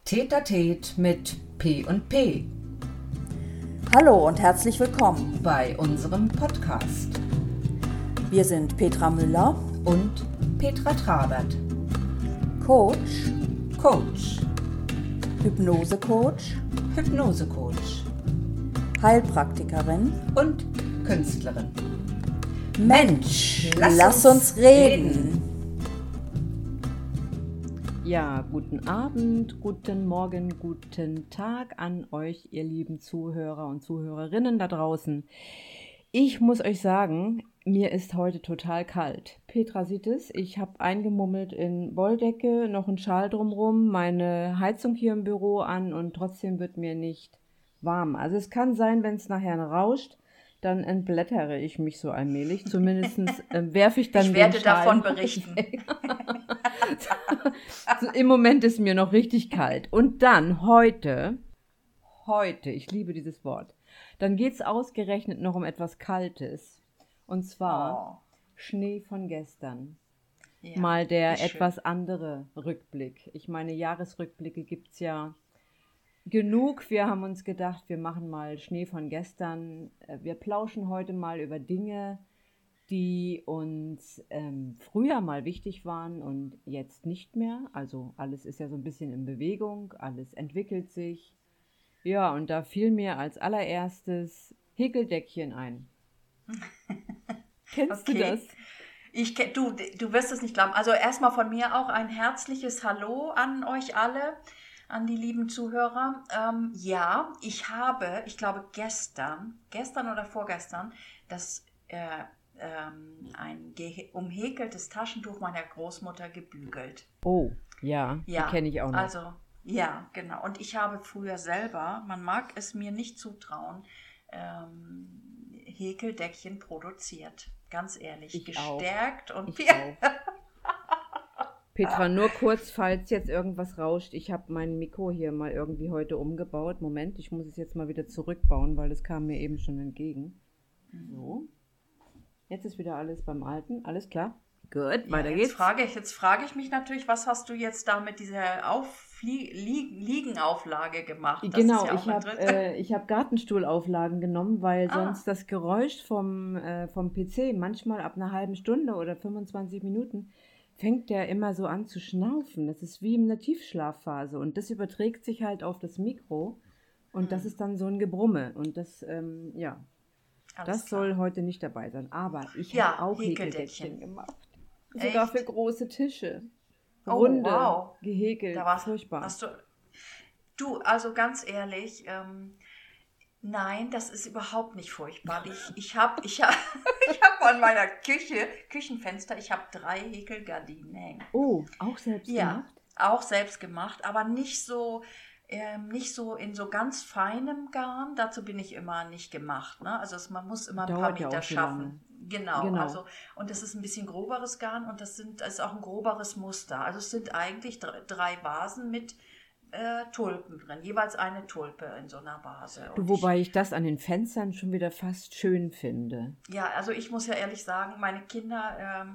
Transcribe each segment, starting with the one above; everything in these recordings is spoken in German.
Tete-a-Tete mit P&P Hallo und herzlich willkommen bei unserem Podcast. Wir sind Petra Müller Und Petra Trabert, Coach, Coach, Hypnose-Coach, Hypnose-Coach Heilpraktikerin. und Künstlerin. Mensch, lass uns reden. Ja, guten Abend, guten Morgen, guten Tag an euch, ihr lieben Zuhörer und Zuhörerinnen da draußen. Ich muss euch sagen, mir ist heute total kalt. Petra sieht es, ich habe eingemummelt in Wolldecke, noch einen Schal drumrum, meine Heizung hier im Büro an und trotzdem wird mir nicht warm. Also es kann sein, wenn es nachher rauscht, dann entblättere ich mich so allmählich. Zumindest werfe ich dann Ich werde den Schal davon berichten. Also im Moment ist mir noch richtig kalt. Und dann heute, ich liebe dieses Wort, dann geht es ausgerechnet noch um etwas Kaltes. Und zwar Schnee von gestern. Ja, Mal der wie schön. etwas andere Rückblick. Ich meine, Jahresrückblicke gibt es ja genug. Wir haben uns gedacht, wir machen mal Schnee von gestern. Wir plauschen heute mal über Dinge, die uns früher mal wichtig waren und jetzt nicht mehr. Also alles ist ja so ein bisschen in Bewegung, alles entwickelt sich. Ja, und da fiel mir als allererstes Häkeldeckchen ein. Kennst du das? Du wirst es nicht glauben. Also erstmal von mir auch ein herzliches Hallo an euch alle, an die lieben Zuhörer. Ja, ich glaube gestern oder vorgestern, ein umhäkeltes Taschentuch meiner Großmutter gebügelt. Oh, ja, die kenne ich auch noch. Also, ja, genau. Und ich habe früher selber, man mag es mir nicht zutrauen, Häkeldeckchen produziert. Ganz ehrlich, Ich gestärkt auch. und Ich auch. Petra, nur kurz, falls jetzt irgendwas rauscht. Ich habe mein Mikro hier mal irgendwie heute umgebaut. Moment, ich muss es jetzt mal wieder zurückbauen, weil es kam mir eben schon entgegen. So. Jetzt ist wieder alles beim Alten. Alles klar? Gut, weiter geht's. Jetzt frage ich mich natürlich, was hast du jetzt da mit dieser Liegenauflage gemacht? Das Genau, ist ja auch ich hab Gartenstuhlauflagen genommen, weil Ah. sonst das Geräusch vom PC manchmal ab einer halben Stunde oder 25 Minuten fängt der immer so an zu schnaufen. Das ist wie in einer Tiefschlafphase und das überträgt sich halt auf das Mikro und das ist dann so ein Gebrumme und das, Alles das klar. soll heute nicht dabei sein. Aber ich Ja, habe auch Häkeldeckchen. Häkeldeckchen gemacht. Sogar Echt? für große Tische. Oh, Runde, wow. gehäkelt, Da war's, furchtbar. Du, also ganz ehrlich, nein, das ist überhaupt nicht furchtbar. Ich hab an meiner Küchenfenster, ich habe 3 Häkelgardinen hängen. Oh, auch selbst Ja, gemacht? auch selbst gemacht, aber nicht so in so ganz feinem Garn. Dazu bin ich immer nicht gemacht. Ne? Also man muss immer ein paar Dauert ja Meter auch so schaffen. lange. Genau. Genau. Also und das ist ein bisschen groberes Garn und das ist auch ein groberes Muster. Also es sind eigentlich 3 Vasen mit Tulpen drin, jeweils eine Tulpe in so einer Vase. Und Wobei ich das an den Fenstern schon wieder fast schön finde. ja, also ich muss ja ehrlich sagen, meine Kinder,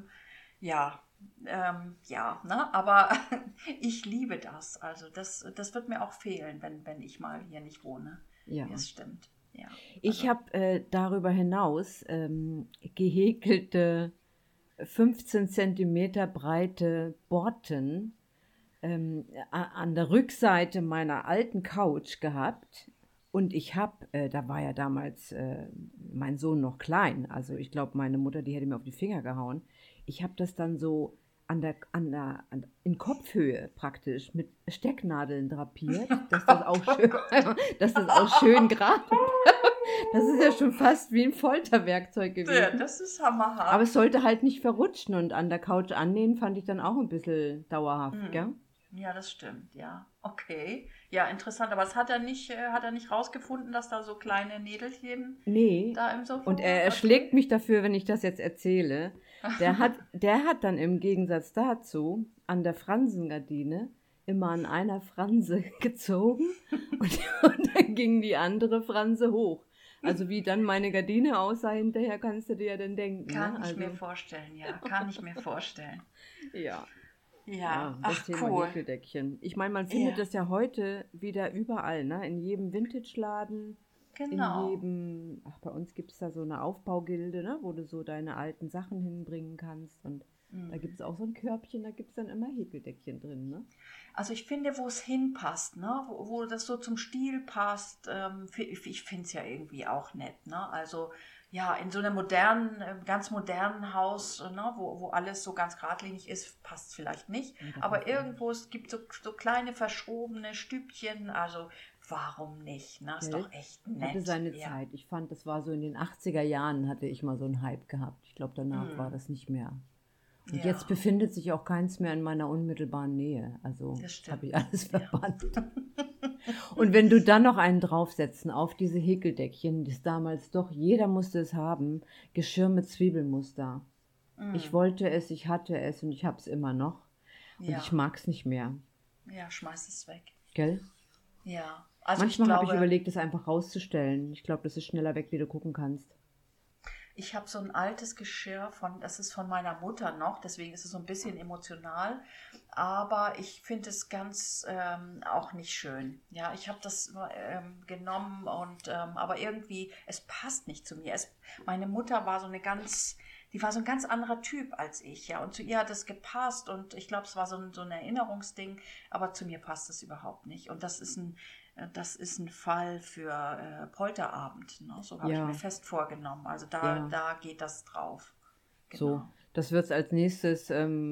ne? Aber ich liebe das. Also das wird mir auch fehlen, wenn ich mal hier nicht wohne. Ja. Das stimmt. Ja. Ich habe darüber hinaus gehäkelte 15 Zentimeter breite Borten an der Rückseite meiner alten Couch gehabt. Und ich habe, da war ja damals mein Sohn noch klein, also ich glaube, meine Mutter, die hätte mir auf die Finger gehauen. Ich habe das dann so in Kopfhöhe praktisch mit Stecknadeln drapiert, dass das auch schön gerade. Das ist ja schon fast wie ein Folterwerkzeug gewesen. Ja, das ist hammerhart. Aber es sollte halt nicht verrutschen und an der Couch annähen fand ich dann auch ein bisschen dauerhaft, gell? Ja, das stimmt, ja. Okay. Ja, interessant. Aber es hat er nicht rausgefunden, dass da so kleine Nädelchen Nee. da im Sofa Und er waren? schlägt mich dafür, wenn ich das jetzt erzähle. Der hat dann im Gegensatz dazu an der Fransengardine immer an einer Franse gezogen und dann ging die andere Franse hoch. Also wie dann meine Gardine aussah hinterher, kannst du dir ja dann denken. Kann ne? ich Also, mir vorstellen, ja. Kann ich mir vorstellen. Ja. Ja, das ach Thema cool. Häkeldeckchen. Ich meine, man findet Ja, das ja heute wieder überall, ne? In jedem Vintage-Laden, in genau. jedem, ach, bei uns gibt es da so eine Aufbaugilde, ne? Wo du so deine alten Sachen hinbringen kannst. Und da gibt es auch so ein Körbchen, da gibt es dann immer Häkeldeckchen drin, ne? Also ich finde, wo es hinpasst, ne? Wo das so zum Stil passt, ich finde es ja irgendwie auch nett. Ne? Also ja, in so einem modernen, ganz modernen Haus, ne? Wo alles so ganz geradlinig ist, passt es vielleicht nicht. Nee, da Aber passt auch nicht. irgendwo, es gibt so kleine verschrobene Stübchen, also warum nicht? Ne? Ist Gell? doch echt Hatte nett. seine Ja, Zeit. Ich fand, das war so in den 80er Jahren hatte ich mal so einen Hype gehabt. Ich glaube, danach war mm, das nicht mehr. Und jetzt ja, befindet sich auch keins mehr in meiner unmittelbaren Nähe. Also das habe ich stimmt. alles Ja. verbannt. Und wenn du dann noch einen draufsetzen auf diese Häkeldeckchen, das damals doch, jeder musste es haben, Geschirr mit Zwiebelmuster. Ich Mm, wollte es, ich hatte es und ich habe es immer noch. Und ich ja, mag es nicht mehr. ja, schmeiß es weg. Gell? Ja, also ich Manchmal habe ich glaube, überlegt, es einfach rauszustellen. Ich glaube, das ist schneller weg, wie du gucken kannst. ich habe so ein altes Geschirr das ist von meiner Mutter noch, deswegen ist es so ein bisschen emotional, aber ich finde es ganz auch nicht schön. Ja, ich habe das genommen aber irgendwie, es passt nicht zu mir. Meine Mutter war die war so ein ganz anderer Typ als ich, ja, und zu ihr hat es gepasst und ich glaube, es war so ein Erinnerungsding, aber zu mir passt es überhaupt nicht. Und das ist ein Fall für Polterabend. Ne? So habe ich mir Ja, fest vorgenommen. Also ja. da geht das drauf. So, Genau. das wird als nächstes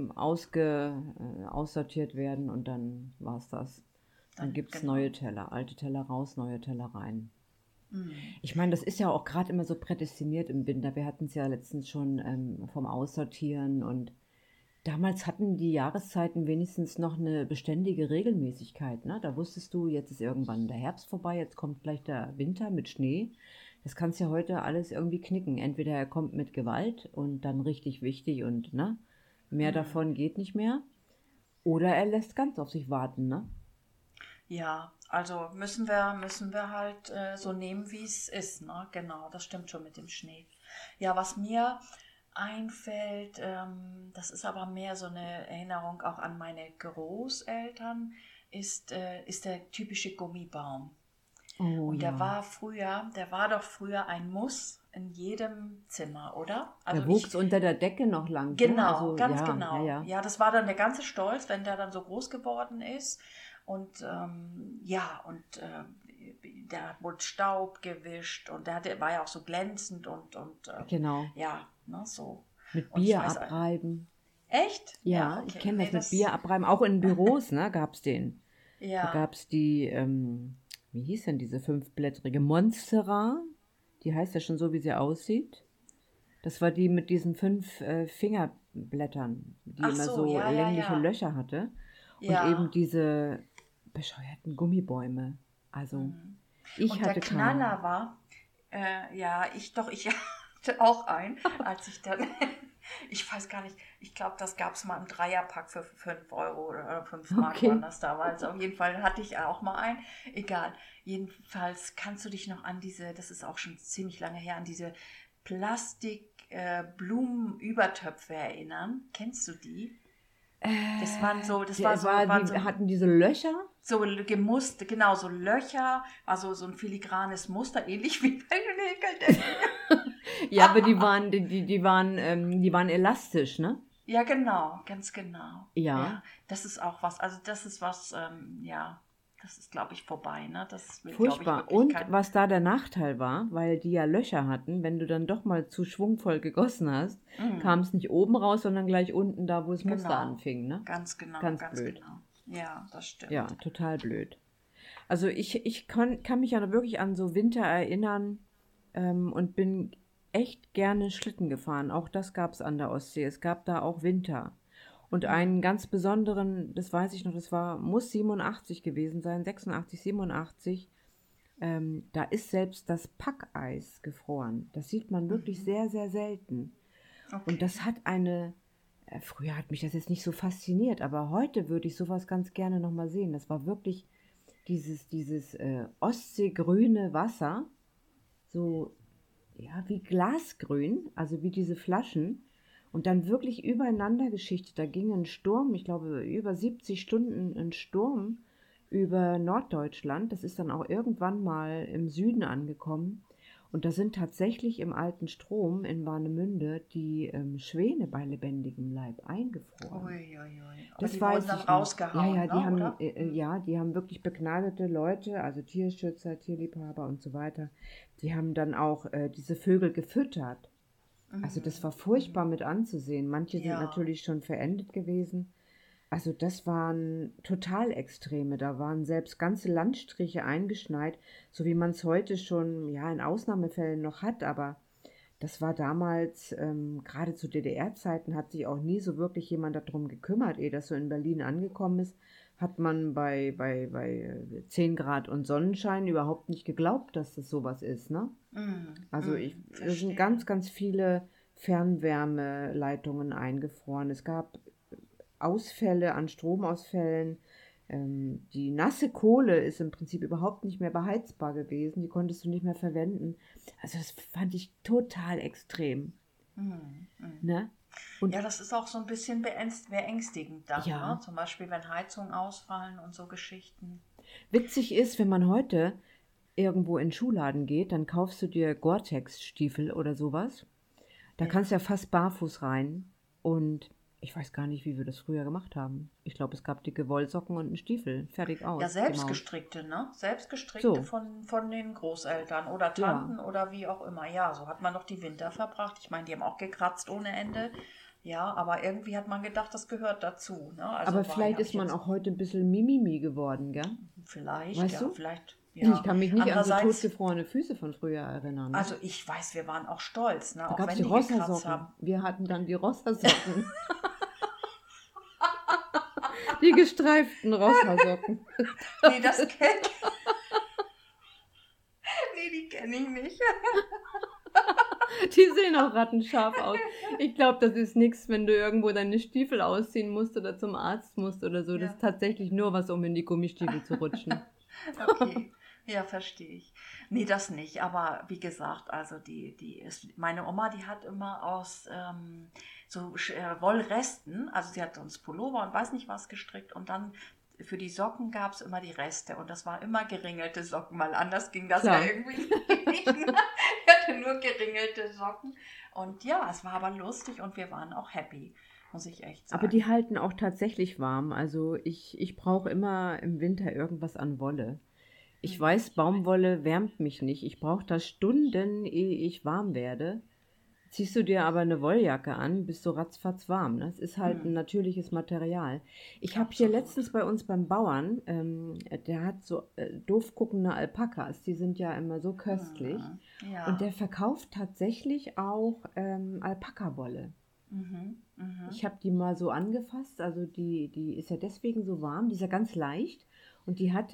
aussortiert werden und dann war's das. Dann Dann, gibt es genau. neue Teller, alte Teller raus, neue Teller rein. Mm. Ich meine, das ist ja auch gerade immer so prädestiniert im Winter. Wir hatten es ja letztens schon vom Aussortieren und damals hatten die Jahreszeiten wenigstens noch eine beständige Regelmäßigkeit. Ne? Da wusstest du, jetzt ist irgendwann der Herbst vorbei, jetzt kommt gleich der Winter mit Schnee. Das kannst ja heute alles irgendwie knicken. Entweder er kommt mit Gewalt und dann richtig wichtig und ne, mehr davon geht nicht mehr. Oder er lässt ganz auf sich warten. Ne? Ja, also müssen wir halt so nehmen, wie es ist. Ne? Genau, das stimmt schon mit dem Schnee. Ja, was mir einfällt, das ist aber mehr so eine Erinnerung auch an meine Großeltern, ist der typische Gummibaum. Oh Und ja, der war doch früher ein Muss in jedem Zimmer, oder? Also der ich, wuchs unter der Decke noch lang. Ne? genau, Also ganz ja, ja, genau. ja. Ja, das war dann der ganze Stolz, wenn der dann so groß geworden ist. Und ja, und der wurde Staub gewischt und war ja auch so glänzend und Genau. ja, ne, so. Mit Und ich Bier weiß, abreiben. echt? Ja, Ja, ich okay. kenne Nee, das mit Bier abreiben. Auch in Büros, ne, gab es den. Da ja. gab es die, wie hieß denn diese fünfblättrige Monstera? Die heißt ja schon so, wie sie aussieht. Das war die mit diesen fünf Fingerblättern, die Ach immer so, so ja, ja, längliche ja. Löcher hatte. Und eben Ja. diese bescheuerten Gummibäume. Also, ich Und der hatte keinen. Knaller war, ich hatte auch einen, als ich dann, ich weiß gar nicht, ich glaube, das gab es mal im Dreierpack für 5 Euro oder 5 Mark waren Okay. das damals. Auf jeden Fall hatte ich auch mal einen. Egal. Jedenfalls kannst du dich noch an das ist auch schon ziemlich lange her, an diese Plastik-Blumenübertöpfe erinnern. Kennst du die? Die hatten diese Löcher. So gemustert, genau, so Löcher, also so ein filigranes Muster, ähnlich wie bei den Häkeldecken. Ja, aber die waren elastisch, ne? Ja, genau, ganz genau. Ja. Ja, das ist auch was, also das ist was, ja, das ist, glaube ich, vorbei, ne? Das will, glaube ich, Furchtbar. wirklich Und kein. was da der Nachteil war, weil die ja Löcher hatten, wenn du dann doch mal zu schwungvoll gegossen hast, kam es nicht oben raus, sondern gleich unten da, wo das Muster Genau, anfing, ne? ganz genau, Ganz ganz blöd. genau. Ja, das Ja, stimmt. total blöd. Also ich kann mich ja wirklich an so Winter erinnern und bin echt gerne Schlitten gefahren. Auch das gab es an der Ostsee. Es gab da auch Winter. Und einen ganz besonderen, das weiß ich noch, muss 87 gewesen sein, 86, 87. Da ist selbst das Packeis gefroren. Das sieht man wirklich sehr, sehr selten. Und Okay. das hat früher hat mich das jetzt nicht so fasziniert, aber heute würde ich sowas ganz gerne nochmal sehen. Das war wirklich dieses ostseegrüne Wasser, so ja, wie Glasgrün, also wie diese Flaschen. Und dann wirklich übereinander geschichtet. Da ging ein Sturm, ich glaube über 70 Stunden ein Sturm über Norddeutschland. Das ist dann auch irgendwann mal im Süden angekommen. Und da sind tatsächlich im alten Strom in Warnemünde die Schwäne bei lebendigem Leib eingefroren. Uiuiui. Aber Das die weiß wurden dann ich nicht. rausgehauen, Ja, die ne, haben, oder? die haben wirklich begnadete Leute, also Tierschützer, Tierliebhaber und so weiter. Die haben dann auch diese Vögel gefüttert. Also das war furchtbar mit anzusehen. Manche sind Ja. natürlich schon verendet gewesen. Also das waren Totalextreme. Da waren selbst ganze Landstriche eingeschneit, so wie man es heute schon ja in Ausnahmefällen noch hat. Aber das war damals, gerade zu DDR-Zeiten, hat sich auch nie so wirklich jemand darum gekümmert. Ehe das so in Berlin angekommen ist, hat man bei 10 Grad und Sonnenschein überhaupt nicht geglaubt, dass das sowas ist, ne? Also es Verstehe. sind ganz, ganz viele Fernwärmeleitungen eingefroren. Es gab Ausfälle an Stromausfällen. Die nasse Kohle ist im Prinzip überhaupt nicht mehr beheizbar gewesen. Die konntest du nicht mehr verwenden. Also das fand ich total extrem. Ne? Und Ja, das ist auch so ein bisschen beängstigend dann, Ja. ne? Zum Beispiel, wenn Heizungen ausfallen und so Geschichten. witzig ist, wenn man heute irgendwo in den Schuhladen geht, dann kaufst du dir Gore-Tex-Stiefel oder sowas. Da Ja. kannst du ja fast barfuß rein. Und ich weiß gar nicht, wie wir das früher gemacht haben. Ich glaube, es gab dicke Wollsocken und einen Stiefel. Fertig aus. Ja, die Maus. selbstgestrickte, ne? Selbstgestrickte So. von den Großeltern oder Tanten oder wie auch immer. Ja, so hat man doch die Winter verbracht. Ich meine, die haben auch gekratzt ohne Ende. Ja, aber irgendwie hat man gedacht, das gehört dazu, ne? Also Aber war vielleicht ja ist man jetzt- auch heute ein bisschen Mimimi geworden, gell? Vielleicht, Weißt ja, du? vielleicht. Ja. Ich kann mich nicht an so Andererseits, totgefrorene Füße von früher erinnern. Ne? also ich weiß, wir waren auch stolz, ne? Da Auch gab es wenn die die gekratzt Rossasocken. haben. Wir hatten dann die Rossasocken. Die gestreiften Rossasocken. Nee, das kenn Nee, die kenne ich nicht. Die sehen auch rattenscharf aus. Ich glaube, das ist nichts, wenn du irgendwo deine Stiefel ausziehen musst oder zum Arzt musst oder so. Das Ja. ist tatsächlich nur was, um in die Gummistiefel zu rutschen. Okay, ja, verstehe ich. Nee, das nicht. Aber wie gesagt, also meine Oma, die hat immer aus so Wollresten, also sie hat uns Pullover und weiß nicht was gestrickt und dann für die Socken gab es immer die Reste und das war immer geringelte Socken, weil anders ging das Klar. ja irgendwie nicht. Ich hatte nur geringelte Socken und ja, es war aber lustig und wir waren auch happy, muss ich echt sagen. Aber die halten auch tatsächlich warm. Also ich brauche immer im Winter irgendwas an Wolle. Ich weiß, Baumwolle wärmt mich nicht. Ich brauche da Stunden, ehe ich warm werde. Ziehst du dir aber eine Wolljacke an, bist du ratzfatz warm. Ne? Es ist halt ein natürliches Material. Ich habe hier Absolut. letztens bei uns beim Bauern, der hat so doof guckende Alpakas, die sind ja immer so köstlich. Ja. Und der verkauft tatsächlich auch Alpakawolle. Ich habe die mal so angefasst, also die ist ja deswegen so warm, die ist ja ganz leicht und die hat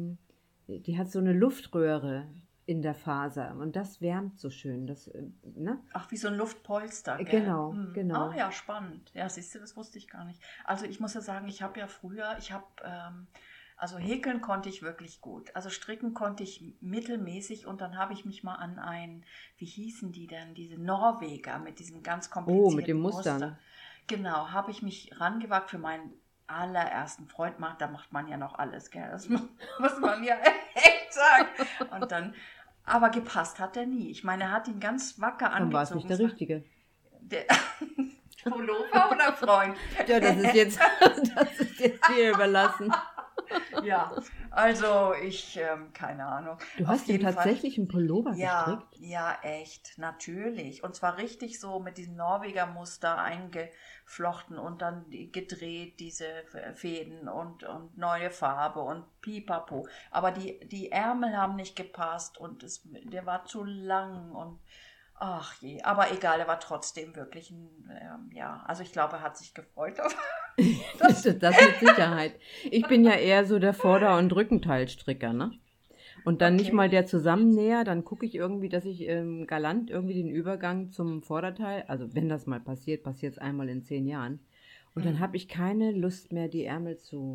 so eine Luftröhre in der Faser und das wärmt so schön. Das, ne? Ach, wie so ein Luftpolster, gell? Genau, genau. Ah ja, spannend. Ja, siehst du, das wusste ich gar nicht. Also ich muss ja sagen, ich habe ja früher, also häkeln konnte ich wirklich gut. Also stricken konnte ich mittelmäßig und dann habe ich mich mal an wie hießen die denn, diese Norweger mit diesen ganz komplizierten mit den Mustern. Genau, habe ich mich rangewagt für meinen allerersten Freund. Da macht man ja noch alles, gell? Das muss man ja echt sagen. Und dann, aber gepasst hat er nie. Ich meine, er hat ihn ganz wacker Dann war es angezogen. nicht der Richtige. Der Pullover oder Freund? Ja, das ist jetzt dir überlassen. Ja, also ich, keine Ahnung. Du Auf hast dir jeden Fall- tatsächlich einen Pullover Ja, gestrickt? ja, echt, natürlich. Und zwar richtig so mit diesem Norweger-Muster eingeflochten und dann gedreht, diese Fäden und neue Farbe und pipapo. Aber die Ärmel haben nicht gepasst und der war zu lang und ach je. Aber egal, er war trotzdem wirklich ja, also ich glaube, er hat sich gefreut. Das mit Sicherheit. Ich bin ja eher so der Vorder- und Rückenteilstricker, ne? Und dann nicht Okay. mal der Zusammennäher, dann gucke ich irgendwie, dass ich galant irgendwie den Übergang zum Vorderteil, also wenn das mal passiert, passiert es einmal in 10 Jahren. Und dann habe ich keine Lust mehr, die Ärmel zu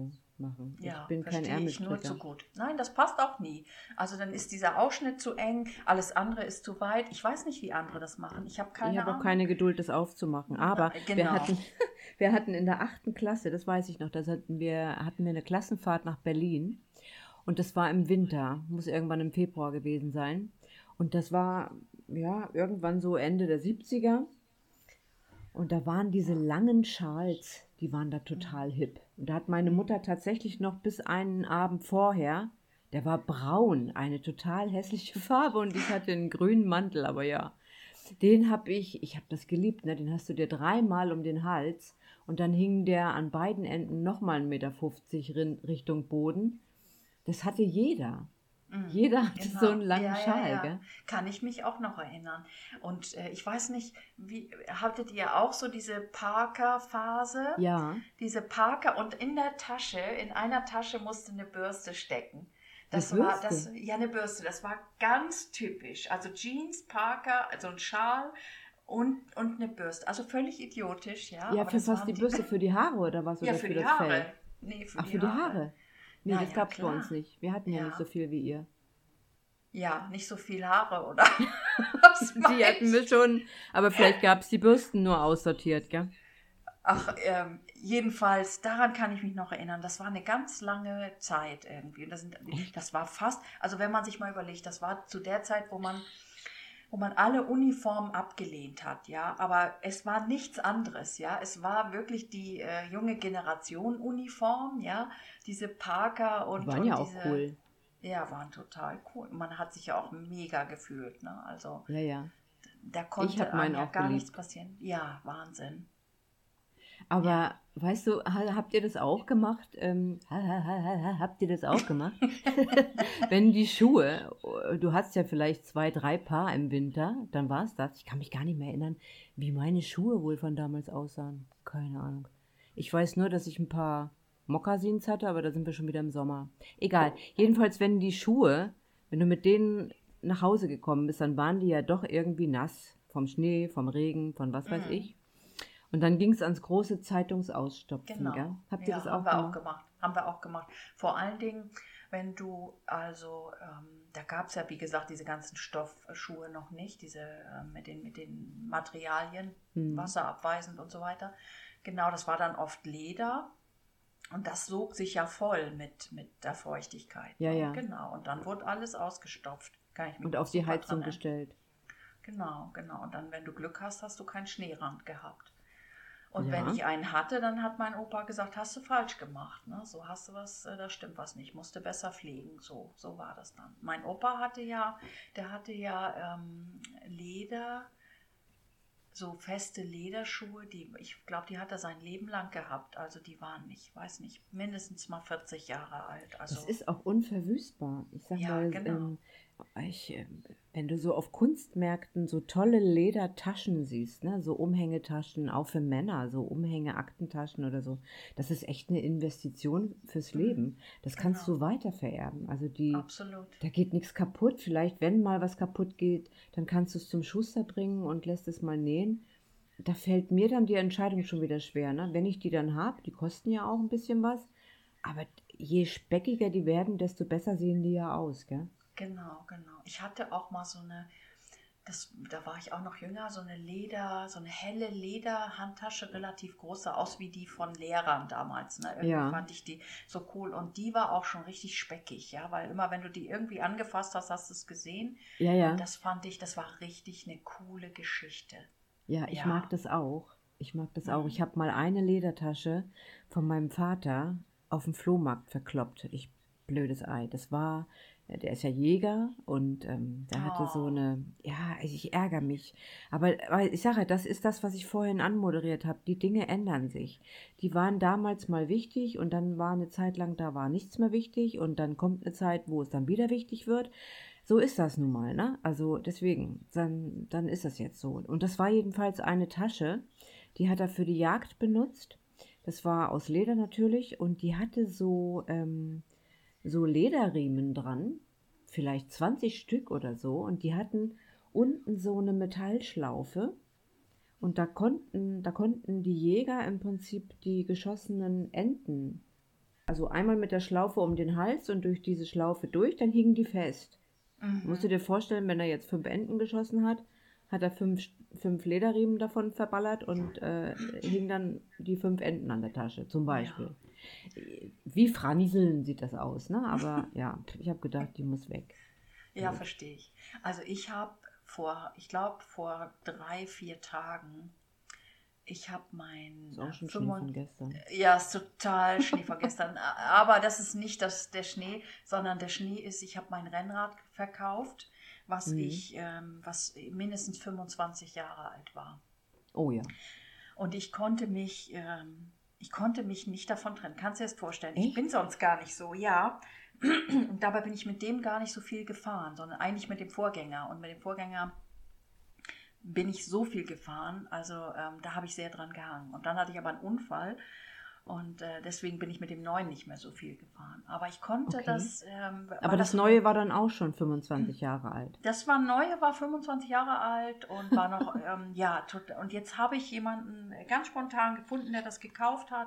machen. Ja, Ich bin kein verstehe ich nur zu Ärmelstricker. gut. Nein, das passt auch nie. Also dann ist dieser Ausschnitt zu eng, alles andere ist zu weit. Ich weiß nicht, wie andere das machen. Ich habe Ich keine habe auch Ahnung. keine Geduld, das aufzumachen. Aber wir Genau. hatten, wir hatten in der 8. Klasse, das weiß ich noch, hatten wir eine Klassenfahrt nach Berlin. Und das war im Winter, muss irgendwann im Februar gewesen sein. Und das war, ja, irgendwann so Ende der 70er. Und da waren diese langen Schals, die waren da total hip. Und da hat meine Mutter tatsächlich noch bis einen Abend vorher, der war braun, eine total hässliche Farbe und ich hatte einen grünen Mantel, aber ja. Den habe ich habe das geliebt, ne? Den hast du dir 3-mal um den Hals und dann hing der an beiden Enden nochmal 1,50 Meter Richtung Boden. Das hatte jeder. Jeder hatte so einen langen Schal, gell? Kann ich mich auch noch erinnern. Und ich weiß nicht, hattet ihr auch so diese Parker-Phase? Ja. Diese Parker und in einer Tasche musste eine Bürste stecken. Eine Bürste, das war ganz typisch. Also Jeans, Parker, also ein Schal und eine Bürste. Also völlig idiotisch, ja. Ja, aber für was die Bürste? Für die Haare oder was? Ja, oder für für die das Haare. Fell? Nee, für Ach, die für die Haare? Nee, Na das ja, gab es bei klar. uns nicht. Wir hatten ja Ja. nicht so viel wie ihr. Ja, nicht so viel Haare, oder? Die hatten wir schon, aber vielleicht gab es die Bürsten nur aussortiert, gell? Ach, jedenfalls, daran kann ich mich noch erinnern. Das war eine ganz lange Zeit irgendwie. Das war fast, also wenn man sich mal überlegt, das war zu der Zeit, wo man alle Uniformen abgelehnt hat, ja. Aber es war nichts anderes, ja. Es war wirklich die junge Generation Uniform, ja. Diese Parker und Die waren ja auch diese, cool. Ja, waren total cool. Man hat sich ja auch mega gefühlt, ne? Also Ja, ja. da Ich konnte hab meinen einem ja auch gar geliebt. nichts passieren. Ja, Wahnsinn. Aber weißt du, habt ihr das auch gemacht? Habt ihr das auch gemacht? Wenn die Schuhe, du hast ja vielleicht 2, 3 Paar im Winter, dann war es das. Ich kann mich gar nicht mehr erinnern, wie meine Schuhe wohl von damals aussahen. Keine Ahnung. Ich weiß nur, dass ich ein paar Mokassins hatte, aber da sind wir schon wieder im Sommer. Egal. Jedenfalls, wenn du mit denen nach Hause gekommen bist, dann waren die ja doch irgendwie nass. Vom Schnee, vom Regen, von was weiß ich. Und dann ging es ans große Zeitungsausstopfen, Genau. gell? Habt ihr das auch gemacht? Haben wir auch gemacht. Vor allen Dingen, wenn du, also, da gab es ja, wie gesagt, diese ganzen Stoffschuhe noch nicht, diese mit den Materialien, wasserabweisend und so weiter. Genau, das war dann oft Leder. Und das sog sich ja voll mit der Feuchtigkeit. Ja, ja. Genau, und dann wurde alles ausgestopft. Kann ich mich Und auf die super Heizung dran erinnern. gestellt. Genau. Und dann, wenn du Glück hast, hast du keinen Schneerand gehabt. Und Ja. wenn ich einen hatte, dann hat mein Opa gesagt, hast du falsch gemacht. Ne? So hast du was, da stimmt was nicht, musste besser pflegen. So war das dann. Mein Opa hatte ja Leder, so feste Lederschuhe, ich glaube, die hat er sein Leben lang gehabt. Also die waren, ich weiß nicht, mindestens mal 40 Jahre alt. Also, Das ist auch unverwüstbar. Ich sag Ja, mal, genau. wenn du so auf Kunstmärkten so tolle Ledertaschen siehst, ne, so Umhängetaschen, auch für Männer, so Umhänge-Aktentaschen oder so, das ist echt eine Investition fürs Leben. Das kannst Genau. du weitervererben. Also absolut. da geht nichts kaputt. Vielleicht, wenn mal was kaputt geht, dann kannst du es zum Schuster bringen und lässt es mal nähen. Da fällt mir dann die Entscheidung schon wieder schwer. Ne? Wenn ich die dann habe, die kosten ja auch ein bisschen was, aber je speckiger die werden, desto besser sehen die ja aus, gell? Genau. Ich hatte auch mal da war ich auch noch jünger, so eine helle Lederhandtasche, relativ groß, sah aus wie die von Lehrern damals. Ne? Irgendwie Ja. fand ich die so cool und die war auch schon richtig speckig, ja, weil immer, wenn du die irgendwie angefasst hast, hast du es gesehen. Ja, ja. Und das war richtig eine coole Geschichte. Ja, ich Ja. mag das auch. Ich habe mal eine Ledertasche von meinem Vater auf dem Flohmarkt verkloppt. Blödes Ei. Der ist ja Jäger und der hatte so eine, ja, ich ärgere mich. Aber ich sage, das ist das, was ich vorhin anmoderiert habe. Die Dinge ändern sich. Die waren damals mal wichtig und dann war eine Zeit lang, da war nichts mehr wichtig und dann kommt eine Zeit, wo es dann wieder wichtig wird. So ist das nun mal, ne? Also deswegen, dann ist das jetzt so. Und das war jedenfalls eine Tasche, die hat er für die Jagd benutzt. Das war aus Leder natürlich und die hatte so Lederriemen dran, vielleicht 20 Stück oder so, und die hatten unten so eine Metallschlaufe und da konnten die Jäger im Prinzip die geschossenen Enten Also einmal mit der Schlaufe um den Hals und durch diese Schlaufe durch, dann hingen die fest. Musst du dir vorstellen, wenn er jetzt 5 Enten geschossen hat, hat er 5 Lederriemen davon verballert und hing dann die 5 Enten an der Tasche, zum Beispiel. Wie Franseln sieht das aus, ne? Aber ja, ich habe gedacht, die muss weg. Ja, verstehe ich. Also ich habe ich glaube vor 3, 4 Tagen, ich habe mein... Ist auch schon Schnee von gestern. Ja, ist total Schnee von gestern. Aber das ist nicht der Schnee, sondern der Schnee ist, ich habe mein Rennrad verkauft, was mindestens 25 Jahre alt war. Oh ja. Und ich konnte mich nicht davon trennen. Kannst du dir das vorstellen? Echt? Ich bin sonst gar nicht so, ja. Und dabei bin ich mit dem gar nicht so viel gefahren, sondern eigentlich mit dem Vorgänger. Und mit dem Vorgänger bin ich so viel gefahren, also da habe ich sehr dran gehangen. Und dann hatte ich aber einen Unfall und deswegen bin ich mit dem Neuen nicht mehr so viel gefahren. Aber ich konnte das... aber das Neue war dann auch schon 25 Jahre alt. Das Neue war 25 Jahre alt und war noch, und jetzt habe ich jemanden ganz spontan gefunden, der das gekauft hat,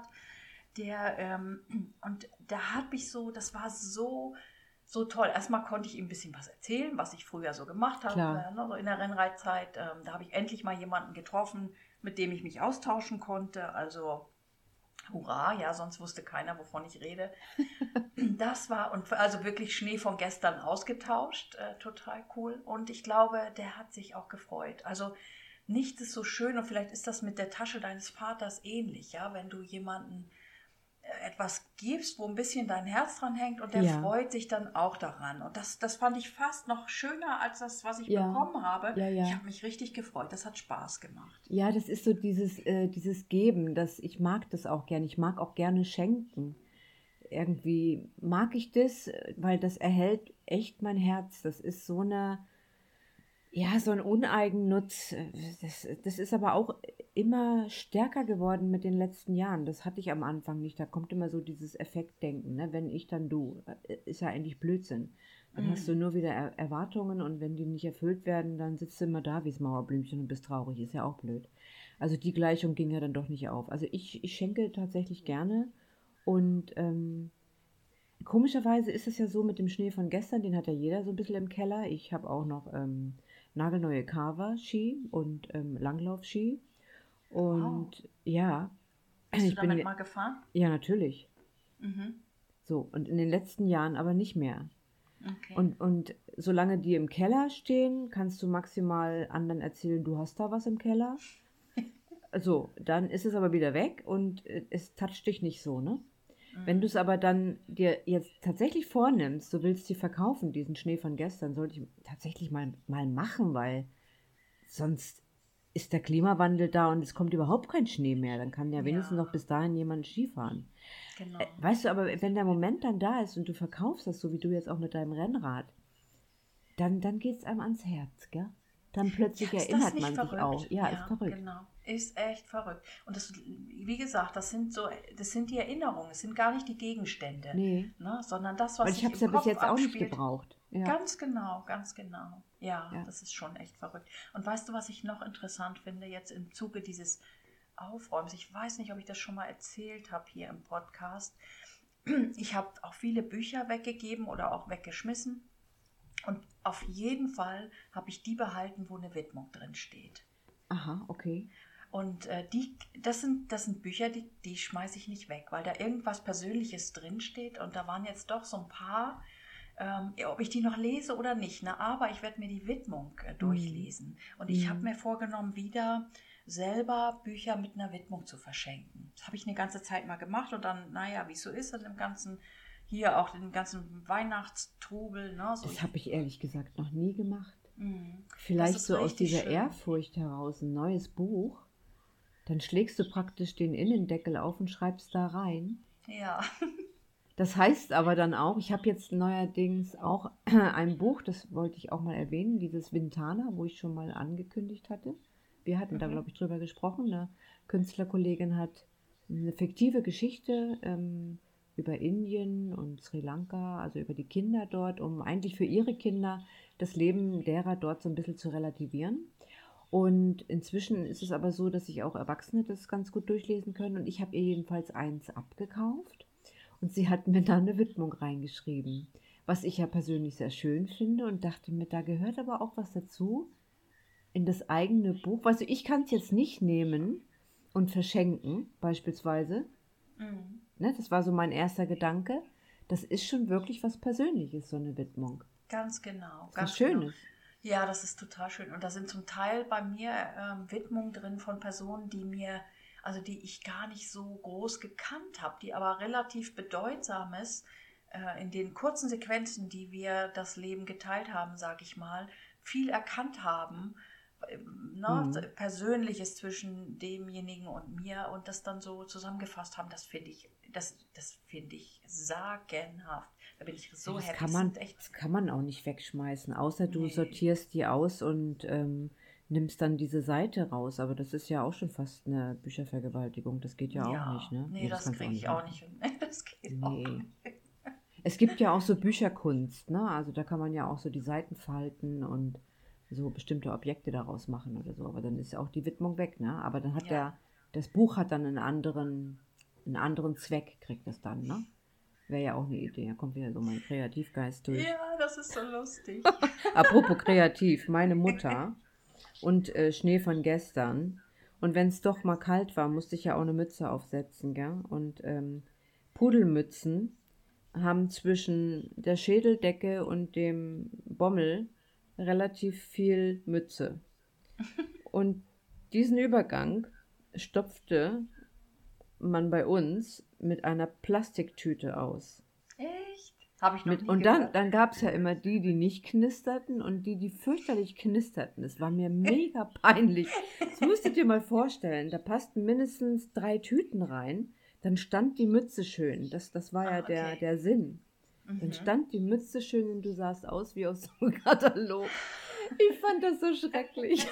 und der hat mich so, das war so toll. Erstmal konnte ich ihm ein bisschen was erzählen, was ich früher so gemacht habe, so in der Rennreitzeit. Da habe ich endlich mal jemanden getroffen, mit dem ich mich austauschen konnte. Also hurra, ja, sonst wusste keiner, wovon ich rede. Das war, und also wirklich Schnee von gestern ausgetauscht, total cool. Und ich glaube, der hat sich auch gefreut. Also nichts ist so schön, und vielleicht ist das mit der Tasche deines Vaters ähnlich, ja, wenn du jemanden etwas gibst, wo ein bisschen dein Herz dran hängt, und der freut sich dann auch daran. Und das fand ich fast noch schöner als das, was ich bekommen habe. Ja. Ich habe mich richtig gefreut. Das hat Spaß gemacht. Ja, das ist so dieses Geben, ich mag das auch gerne. Ich mag auch gerne schenken. Irgendwie mag ich das, weil das erhält echt mein Herz. Das ist so ein Uneigennutz. Das ist aber auch immer stärker geworden mit den letzten Jahren. Das hatte ich am Anfang nicht. Da kommt immer so dieses Effektdenken, ne? Wenn ich, dann du. Ist ja eigentlich Blödsinn. Dann hast du nur wieder Erwartungen, und wenn die nicht erfüllt werden, dann sitzt du immer da wie das Mauerblümchen und bist traurig. Ist ja auch blöd. Also die Gleichung ging ja dann doch nicht auf. Also ich schenke tatsächlich gerne, und komischerweise ist es ja so mit dem Schnee von gestern, den hat ja jeder so ein bisschen im Keller. Ich habe auch noch nagelneue Carver-Ski und Langlauf-Ski. Und ja. Bist du damit mal gefahren? Ja, natürlich. So, und in den letzten Jahren aber nicht mehr. Okay. Und solange die im Keller stehen, kannst du maximal anderen erzählen, du hast da was im Keller. So, dann ist es aber wieder weg, und es toucht dich nicht so, ne? Wenn du es aber dann dir jetzt tatsächlich vornimmst, du willst sie verkaufen, diesen Schnee von gestern, sollte ich tatsächlich mal machen, weil sonst ist der Klimawandel da und es kommt überhaupt kein Schnee mehr. Dann kann ja wenigstens noch bis dahin jemand Skifahren. Genau. Weißt du, aber wenn der Moment dann da ist und du verkaufst das, so wie du jetzt auch mit deinem Rennrad, dann geht es einem ans Herz, gell? Dann plötzlich erinnert man sich auch. Ja, ist verrückt. Genau. Ist echt verrückt. Und das, wie gesagt, das sind die Erinnerungen, es sind gar nicht die Gegenstände, Nee. ne, sondern das, was Weil ich habe es ja bis jetzt auch nicht gebraucht. Ja. Ganz genau, ganz genau. Ja, das ist schon echt verrückt. Und weißt du, was ich noch interessant finde, jetzt im Zuge dieses Aufräumens? Ich weiß nicht, ob ich das schon mal erzählt habe hier im Podcast. Ich habe auch viele Bücher weggegeben oder auch weggeschmissen. Und auf jeden Fall habe ich die behalten, wo eine Widmung drin steht. Aha, okay. Und das sind Bücher, die schmeiße ich nicht weg, weil da irgendwas Persönliches drin steht. Und da waren jetzt doch so ein paar, ob ich die noch lese oder nicht. Ne? Aber ich werde mir die Widmung durchlesen. Und ich habe mir vorgenommen, wieder selber Bücher mit einer Widmung zu verschenken. Das habe ich eine ganze Zeit mal gemacht. Und dann, naja, wie es so ist, in dem ganzen... Hier auch den ganzen Weihnachtstrubel. Ne? So, das habe ich ehrlich gesagt noch nie gemacht. Mhm. Vielleicht so aus dieser schön. Ehrfurcht heraus ein neues Buch. Dann schlägst du praktisch den Innendeckel auf und schreibst da rein. Ja. Das heißt aber dann auch, ich habe jetzt neuerdings auch ein Buch, das wollte ich auch mal erwähnen, dieses Vintana, wo ich schon mal angekündigt hatte. Wir hatten da, glaube ich, drüber gesprochen. Eine Künstlerkollegin hat eine fiktive Geschichte über Indien und Sri Lanka, also über die Kinder dort, um eigentlich für ihre Kinder das Leben derer dort so ein bisschen zu relativieren. Und inzwischen ist es aber so, dass sich auch Erwachsene das ganz gut durchlesen können. Und ich habe ihr jedenfalls eins abgekauft. Und Und sie hat mir da eine Widmung reingeschrieben, was ich ja persönlich sehr schön finde und dachte mir, da gehört aber auch was dazu in das eigene Buch. Also ich kann es jetzt nicht nehmen und verschenken, beispielsweise. Mhm. Ne, das war so mein erster Gedanke. Das ist schon wirklich was Persönliches, so eine Widmung. Ganz genau. Was Ganz Schönes. genau. Ja, das ist total schön. Und da sind zum Teil bei mir Widmungen drin von Personen, die ich gar nicht so groß gekannt habe, die aber relativ Bedeutsames in den kurzen Sequenzen, die wir das Leben geteilt haben, sage ich mal, viel erkannt haben. Persönliches zwischen demjenigen und mir und das dann so zusammengefasst haben, das finde ich sagenhaft. Da bin ich so Das happy. das kann man auch nicht wegschmeißen, außer du Nee. sortierst die aus und nimmst dann diese Seite raus. Aber das ist ja auch schon fast eine Büchervergewaltigung. Das geht ja auch nicht, ne? Nee, das kannst du kriege ich auch machen. nicht hin. Nee, das geht auch Nee. nicht. Es gibt ja auch so Bücherkunst, ne? Also da kann man ja auch so die Seiten falten und so bestimmte Objekte daraus machen oder so. Aber dann ist auch die Widmung weg, ne? Aber dann hat Ja. das Buch hat dann einen anderen Zweck, kriegt es dann, ne? Wäre ja auch eine Idee. Da kommt wieder so mein Kreativgeist durch. Ja, das ist so lustig. Apropos kreativ, meine Mutter und Schnee von gestern. Und wenn es doch mal kalt war, musste ich ja auch eine Mütze aufsetzen, gell? Und Pudelmützen haben zwischen der Schädeldecke und dem Bommel relativ viel Mütze. Und diesen Übergang stopfte man bei uns mit einer Plastiktüte aus. Echt? Habe ich noch nie Und gehört. dann gab es ja immer die, die nicht knisterten und die fürchterlich knisterten. Das war mir mega peinlich. Das musst du dir mal vorstellen. Da passten mindestens 3 Tüten rein. Dann stand die Mütze schön. Das war ja Okay. der Sinn. Dann stand die Mütze schön und du sahst aus wie aus so einem Katalog. Ich fand das so schrecklich.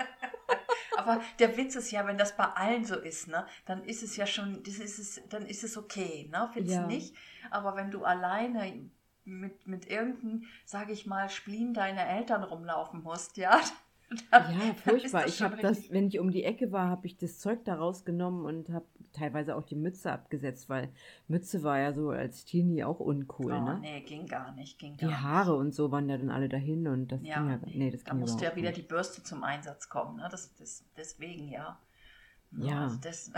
Aber der Witz ist ja, wenn das bei allen so ist, ne, dann ist es ja schon, dann ist es okay, ne, findest Ja. du nicht? Aber wenn du alleine mit irgendeinem, sage ich mal, Spleen deiner Eltern rumlaufen musst, ja, Ja, dann ist furchtbar. das Ich schon habe das, richtig. wenn ich um die Ecke war, habe ich das Zeug da rausgenommen und habe teilweise auch die Mütze abgesetzt, weil Mütze war ja so als Teenie auch uncool, Oh, ne? nee, ging gar nicht. Die Haare und so waren ja dann alle dahin und das ging Ja, ja, nee, das da ging musste ja überhaupt wieder nicht. die Bürste zum Einsatz kommen, ne? Deswegen, ja. Ja. Also das,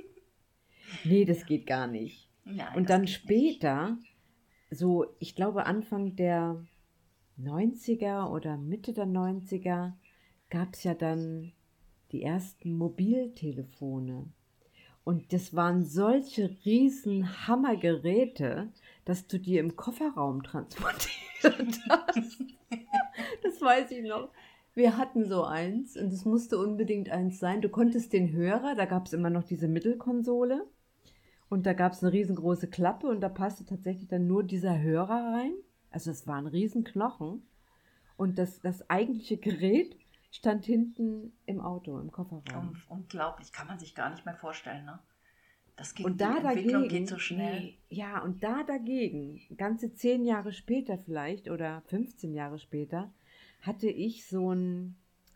Nee, das geht gar nicht. nein, Und das dann geht nicht. später, so, ich glaube Anfang der 90er oder Mitte der 90er, gab es ja dann die ersten Mobiltelefone. Und das waren solche riesen Hammergeräte, dass du die im Kofferraum transportiert hast. Das weiß ich noch. Wir hatten so eins und es musste unbedingt eins sein. Du konntest den Hörer, da gab es immer noch diese Mittelkonsole und da gab es eine riesengroße Klappe und da passte tatsächlich dann nur dieser Hörer rein. Also es war ein Riesenknochen und das eigentliche Gerät stand hinten im Auto, im Kofferraum. Unglaublich, kann man sich gar nicht mehr vorstellen, ne? Und Die da Entwicklung dagegen, geht so schnell. nee, ja, und da dagegen, ganze 10 Jahre später vielleicht oder 15 Jahre später, hatte ich so ein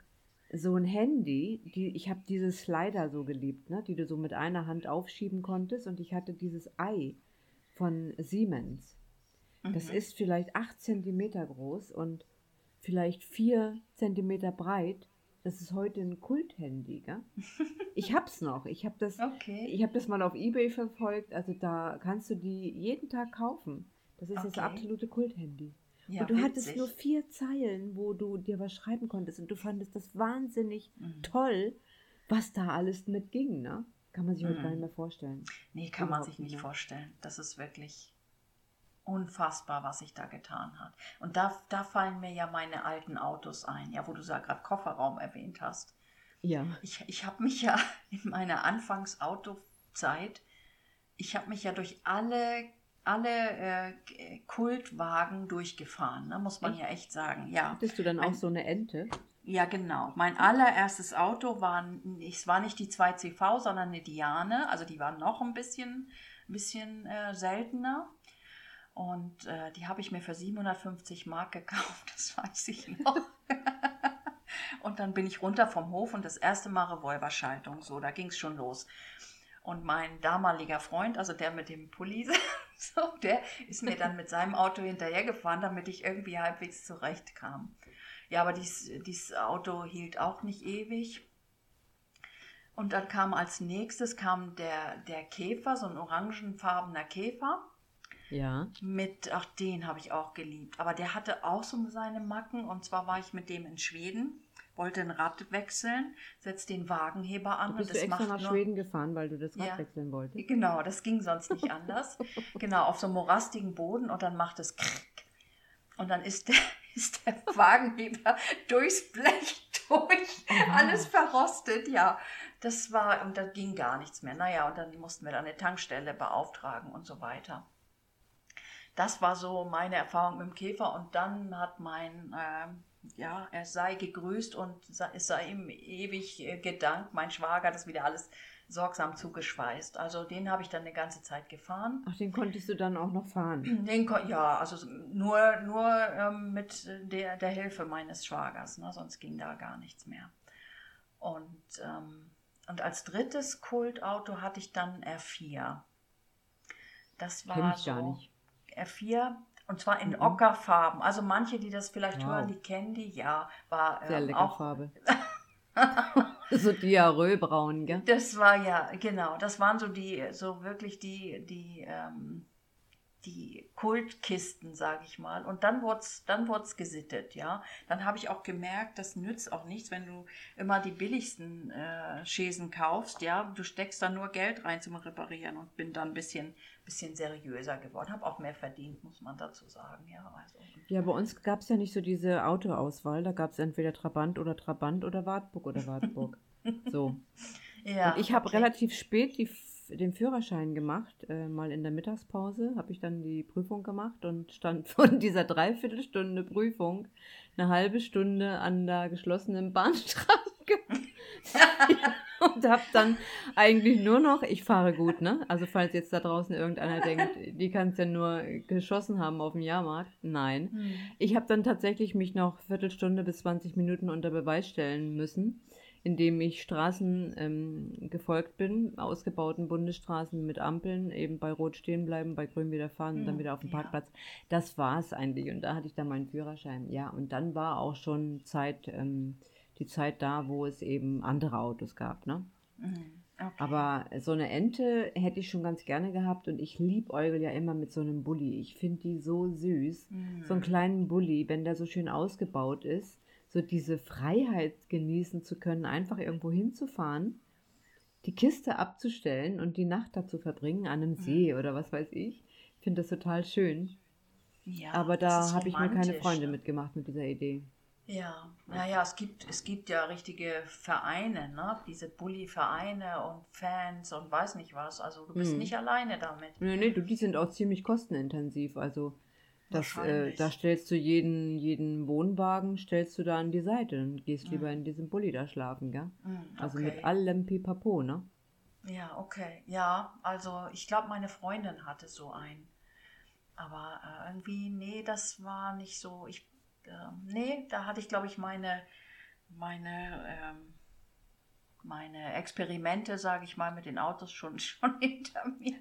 Handy, ich habe diese Slider so geliebt, ne, die du so mit einer Hand aufschieben konntest und ich hatte dieses Ei von Siemens. Das ist vielleicht 8 Zentimeter groß und vielleicht 4 Zentimeter breit. Das ist heute ein Kulthandy, gell? Ich hab's noch. Ich hab das mal auf eBay verfolgt. Also da kannst du die jeden Tag kaufen. Das ist das Okay. absolute Kulthandy. Ja, Und du hattest witzig. nur 4 Zeilen, wo du dir was schreiben konntest. Und du fandest das wahnsinnig toll, was da alles mit ging, ne? Kann man sich heute gar nicht mehr vorstellen. Nee, kann man sich Überhaupt nicht nicht. vorstellen. Das ist wirklich unfassbar, was sich da getan hat. Und da fallen mir ja meine alten Autos ein, ja, wo du ja gerade Kofferraum erwähnt hast. Ja. Ich habe mich ja in meiner Anfangsautozeit, ich habe mich ja durch alle Kultwagen durchgefahren, ne, muss man ja echt sagen. Ja, Hattest du dann auch so eine Ente? ja, genau. Mein allererstes Auto es war nicht die 2CV, sondern eine Diane. Also die war noch ein bisschen seltener. Und die habe ich mir für 750 Mark gekauft, das weiß ich noch. Und dann bin ich runter vom Hof und das erste Mal Revolverschaltung. So, da ging es schon los. Und mein damaliger Freund, also der mit dem Pulli, So, der ist mir dann mit seinem Auto hinterhergefahren, damit ich irgendwie halbwegs zurechtkam. Ja, aber dieses Auto hielt auch nicht ewig. Und dann kam als nächstes der Käfer, so ein orangenfarbener Käfer. Ja. Den habe ich auch geliebt. Aber der hatte auch so seine Macken. Und zwar war ich mit dem in Schweden, wollte ein Rad wechseln, setzt den Wagenheber an. Bist du extra nach Schweden gefahren, weil du das Rad wechseln wolltest? Genau, das ging sonst nicht anders. Genau, auf so einem morastigen Boden und dann macht es krrk. Und dann ist der Wagenheber durchs Blech durch, alles verrostet, ja. Und da ging gar nichts mehr. Naja, und dann mussten wir dann eine Tankstelle beauftragen und so weiter. Das war so meine Erfahrung mit dem Käfer. Und dann hat er sei gegrüßt und es sei ihm ewig gedankt, mein Schwager, das wieder alles sorgsam zugeschweißt. Also den habe ich dann eine ganze Zeit gefahren. Ach, den konntest du dann auch noch fahren? Also nur mit der Hilfe meines Schwagers, ne? Sonst ging da gar nichts mehr. Und als drittes Kultauto hatte ich dann R4. Das war Kenn ich gar nicht. R4, und zwar in Ockerfarben. Also manche, die das vielleicht hören, die kennen die. Ja, war sehr lecker auch Farbe. So diarrhoebraun, gell? Das war genau. Das waren wirklich die Kultkisten, sage ich mal. Und dann wurd's gesittet, ja. Dann habe ich auch gemerkt, das nützt auch nichts, wenn du immer die billigsten Chaisen kaufst, ja. Du steckst da nur Geld rein zum Reparieren, und bin dann ein bisschen seriöser geworden. Habe auch mehr verdient, muss man dazu sagen, ja. Also. Ja, bei uns gab es ja nicht so diese Autoauswahl. Da gab es entweder Trabant oder Wartburg oder Wartburg. So. Ja, und ich habe relativ spät den Führerschein gemacht, mal in der Mittagspause habe ich dann die Prüfung gemacht und stand von dieser Dreiviertelstunde Prüfung eine halbe Stunde an der geschlossenen Bahnstrecke und habe dann eigentlich nur noch, ich fahre gut, ne? Also falls jetzt da draußen irgendeiner denkt, die kann es ja nur geschossen haben auf dem Jahrmarkt, nein. Ich habe dann tatsächlich mich noch Viertelstunde bis 20 Minuten unter Beweis stellen müssen, indem ich Straßen gefolgt bin, ausgebauten Bundesstraßen mit Ampeln, eben bei Rot stehen bleiben, bei Grün wieder fahren und dann wieder auf den Parkplatz. Das war es eigentlich, und da hatte ich dann meinen Führerschein. Ja, und dann war auch schon die Zeit da, wo es eben andere Autos gab, ne? Okay. Aber so eine Ente hätte ich schon ganz gerne gehabt, und ich liebäugel ja immer mit so einem Bulli. Ich finde die so süß, so einen kleinen Bulli, wenn der so schön ausgebaut ist. So diese Freiheit genießen zu können, einfach irgendwo hinzufahren, die Kiste abzustellen und die Nacht da zu verbringen, an einem See oder was weiß ich. Ich finde das total schön. Ja, aber da habe ich mir keine Freunde mitgemacht mit dieser Idee. Ja, naja, es gibt ja richtige Vereine, ne? Diese Bulli-Vereine und Fans und weiß nicht was. Also du bist nicht alleine damit. Nee, die sind auch ziemlich kostenintensiv, also da stellst du jeden Wohnwagen, stellst du da an die Seite und gehst lieber in diesem Bulli da schlafen, gell? Okay. Also mit allem Pipapo, ne? Ja, okay. Ja, also ich glaube, meine Freundin hatte so einen. Aber irgendwie, nee, das war nicht so. Da hatte ich, glaube ich, meine Experimente, sage ich mal, mit den Autos schon hinter mir.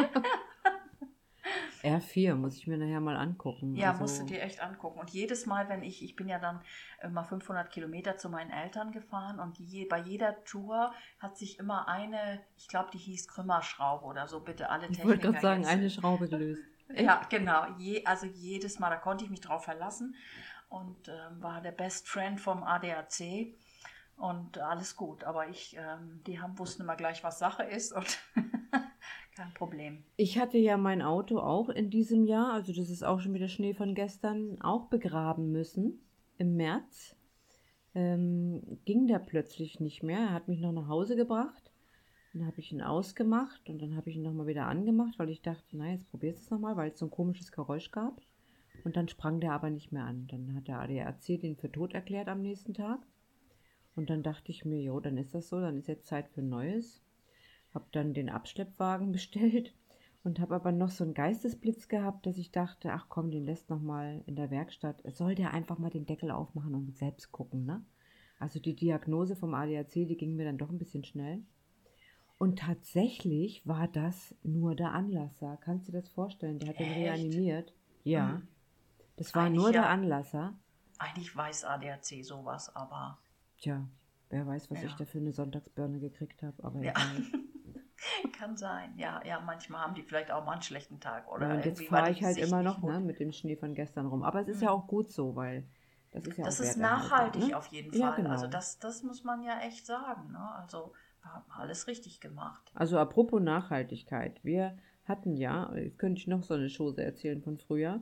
R4 muss ich mir nachher mal angucken. Ja, musst du dir echt angucken. Und jedes Mal, wenn ich bin ja dann immer 500 Kilometer zu meinen Eltern gefahren, und bei jeder Tour hat sich immer ich glaube, die hieß Krümmerschraube oder so, bitte alle Techniker. Ich wollte gerade sagen, eine Schraube gelöst. Ja, genau. Also jedes Mal, da konnte ich mich drauf verlassen, und war der Best Friend vom ADAC. Und alles gut, aber die wussten immer gleich, was Sache ist, und kein Problem. Ich hatte ja mein Auto auch in diesem Jahr, also das ist auch schon wieder Schnee von gestern, auch begraben müssen im März. Ging der plötzlich nicht mehr. Er hat mich noch nach Hause gebracht, dann habe ich ihn ausgemacht und dann habe ich ihn nochmal wieder angemacht, weil ich dachte, jetzt probierst du es nochmal, weil es so ein komisches Geräusch gab. Und dann sprang der aber nicht mehr an. Dann hat der ADAC den für tot erklärt am nächsten Tag. Und dann dachte ich mir, dann ist das so, dann ist jetzt Zeit für Neues. Habe dann den Abschleppwagen bestellt und habe aber noch so einen Geistesblitz gehabt, dass ich dachte, ach komm, den lässt nochmal in der Werkstatt. Soll der einfach mal den Deckel aufmachen und selbst gucken, ne? Also die Diagnose vom ADAC, die ging mir dann doch ein bisschen schnell. Und tatsächlich war das nur der Anlasser. Kannst du dir das vorstellen? Der hat den Echt? reanimiert. Ja, das war Eigentlich nur der ja. Anlasser. Eigentlich weiß ADAC sowas, aber Tja, wer weiß, was Ja. ich da für eine Sonntagsbirne gekriegt habe, aber ja. egal. Kann sein. Ja, manchmal haben die vielleicht auch mal einen schlechten Tag. Oder Ja, und jetzt irgendwie war fahre die ich halt Sicht immer nicht noch, ne, gut. mit dem Schnee von gestern rum. Aber es ist ja auch gut so, weil das ist ja Das auch ist werterhaltend, nachhaltig ne? auf jeden Ja, Fall. genau. Also das muss man ja echt sagen. Ne? Also wir haben alles richtig gemacht. Also apropos Nachhaltigkeit. Wir hatten ja, jetzt könnte ich noch so eine Chose erzählen von früher.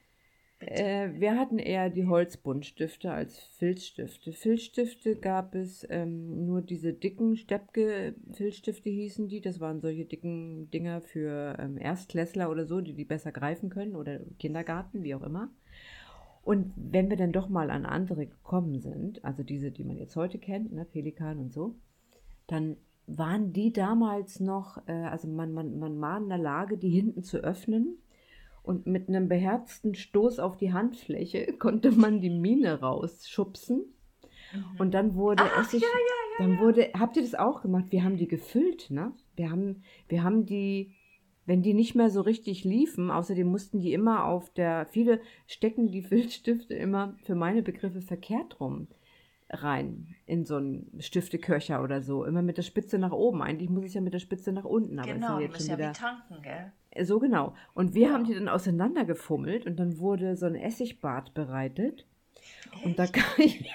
Wir hatten eher die Holzbuntstifte als Filzstifte. Filzstifte gab es nur diese dicken Steppke-Filzstifte hießen die. Das waren solche dicken Dinger für Erstklässler oder so, die besser greifen können oder Kindergarten, wie auch immer. Und wenn wir dann doch mal an andere gekommen sind, also diese, die man jetzt heute kennt, ne, Pelikan und so, dann waren die damals noch, also man war in der Lage, die hinten zu öffnen. Und mit einem beherzten Stoß auf die Handfläche konnte man die Mine rausschubsen. Und dann wurde Essig. Dann wurde, habt ihr das auch gemacht? Wir haben die gefüllt, ne? Wir haben die, wenn die nicht mehr so richtig liefen, außerdem mussten die immer viele stecken die Filzstifte immer für meine Begriffe verkehrt rum rein in so einen Stifteköcher oder so. Immer mit der Spitze nach oben. Eigentlich muss es ja mit der Spitze nach unten. Aber Genau, ist die jetzt müssen schon ja wieder wie tanken, gell? so genau. Und wir haben die dann auseinandergefummelt und dann wurde so ein Essigbad bereitet. Und da kann ich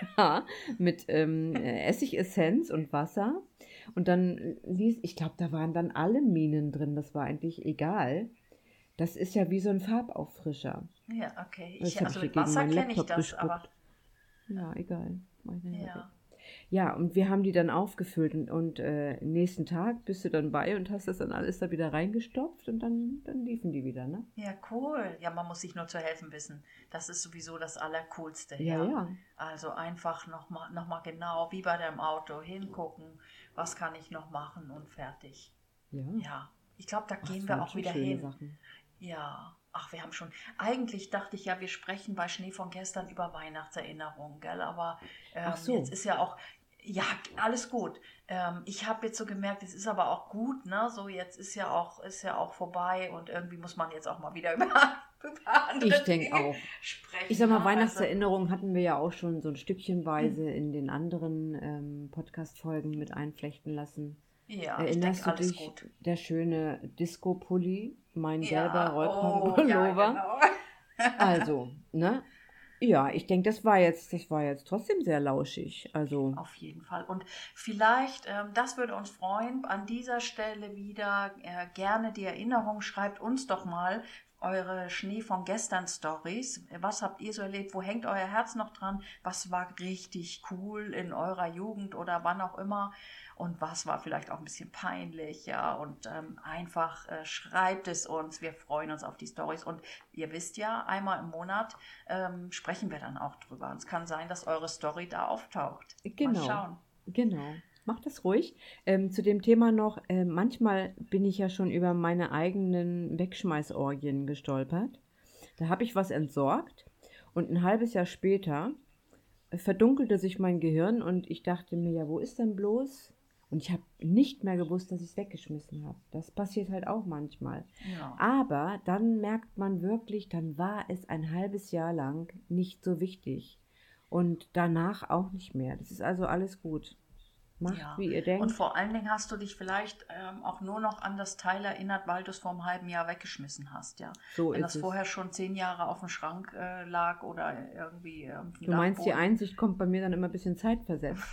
mit Essigessenz und Wasser. Und dann ich glaube, da waren dann alle Minen drin. Das war eigentlich egal. Das ist ja wie so ein Farbauffrischer. Ja, okay. Das hab Also ich mit hier gegen Wasser meinen kenne ich Laptop das, aber gespuckt. Ja, egal. ja. Ja, und wir haben die dann aufgefüllt und nächsten Tag bist du dann bei und hast das dann alles da wieder reingestopft und dann liefen die wieder, ne? Ja, cool. Ja, man muss sich nur zu helfen wissen. Das ist sowieso das Allercoolste. Ja. Also einfach noch mal genau, wie bei deinem Auto, hingucken, was kann ich noch machen und fertig. Ja. Ja, ich glaube, da Ach, gehen das wir waren auch schon wieder schöne hin. Sachen. Ja, ach, wir haben schon, eigentlich dachte ich ja, wir sprechen bei Schnee von gestern über Weihnachtserinnerungen, gell? Aber Ach so. jetzt ist ja auch, ja, alles gut. Ich habe jetzt so gemerkt, es ist aber auch gut, ne? So, jetzt ist ja auch vorbei und irgendwie muss man jetzt auch mal wieder über andere Ich denke Dinge auch. sprechen. Ich sag mal, ne? Weihnachtserinnerungen hatten wir ja auch schon so ein Stückchenweise in den anderen Podcast-Folgen mit einflechten lassen. Ja, ich Erinnerst denke, du alles dich, gut. der schöne Disco-Pulli, mein gelber Ja, Rollkragenpullover? ja, genau. Also, ne? Ja, ich denke, das war jetzt trotzdem sehr lauschig. Also, Auf jeden Fall. Und vielleicht, das würde uns freuen, an dieser Stelle wieder gerne die Erinnerung, schreibt uns doch mal eure Schnee von gestern Stories. Was habt ihr so erlebt? Wo hängt euer Herz noch dran? Was war richtig cool in eurer Jugend oder wann auch immer? Und was war vielleicht auch ein bisschen peinlich, ja, und einfach schreibt es uns, wir freuen uns auf die Stories und ihr wisst ja, einmal im Monat sprechen wir dann auch drüber und es kann sein, dass eure Story da auftaucht. genau. Mal schauen. Genau. Macht das ruhig. Zu dem Thema noch, manchmal bin ich ja schon über meine eigenen Wegschmeißorgien gestolpert. Da habe ich was entsorgt und ein halbes Jahr später verdunkelte sich mein Gehirn und ich dachte mir, ja, wo ist denn bloß? Und ich habe nicht mehr gewusst, dass ich es weggeschmissen habe. Das passiert halt auch manchmal. Ja. Aber dann merkt man wirklich, dann war es ein halbes Jahr lang nicht so wichtig. Und danach auch nicht mehr. Das ist also alles gut. Macht, Ja. wie ihr denkt. Und vor allen Dingen hast du dich vielleicht auch nur noch an das Teil erinnert, weil du es vor einem halben Jahr weggeschmissen hast, ja. So Wenn ist das es. vorher schon 10 Jahre auf dem Schrank lag oder irgendwie auf dem Du meinst, die Dachboden. Einsicht kommt bei mir dann immer ein bisschen zeitversetzt.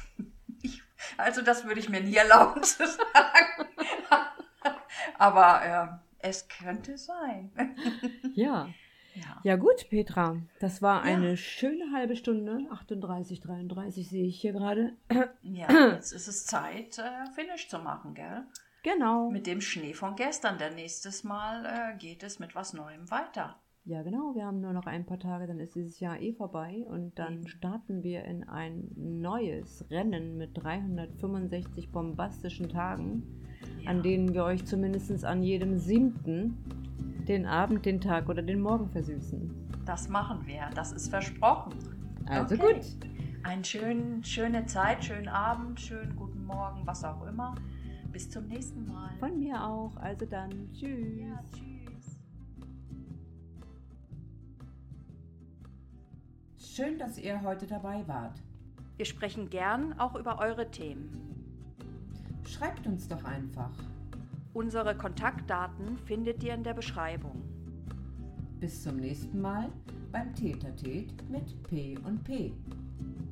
Also das würde ich mir nie erlauben zu sagen. Aber es könnte sein. Ja. Ja. Ja gut, Petra, das war Ja. eine schöne halbe Stunde. 38, 33 sehe ich hier gerade. Ja, jetzt ist es Zeit, Finish zu machen, gell? Genau. Mit dem Schnee von gestern. Denn nächstes Mal geht es mit was Neuem weiter. Ja, genau. Wir haben nur noch ein paar Tage, dann ist dieses Jahr vorbei. Und dann starten wir in ein neues Rennen mit 365 bombastischen Tagen, Ja. an denen wir euch zumindest an jedem 7. den Abend, den Tag oder den Morgen versüßen. Das machen wir. Das ist versprochen. Also Okay. gut. Eine schöne Zeit, schönen Abend, schönen guten Morgen, was auch immer. Bis zum nächsten Mal. Von mir auch. Also dann, tschüss. Ja, tschüss. Schön, dass ihr heute dabei wart. Wir sprechen gern auch über eure Themen. Schreibt uns doch einfach. Unsere Kontaktdaten findet ihr in der Beschreibung. Bis zum nächsten Mal beim Tete-a-Tete mit P&P.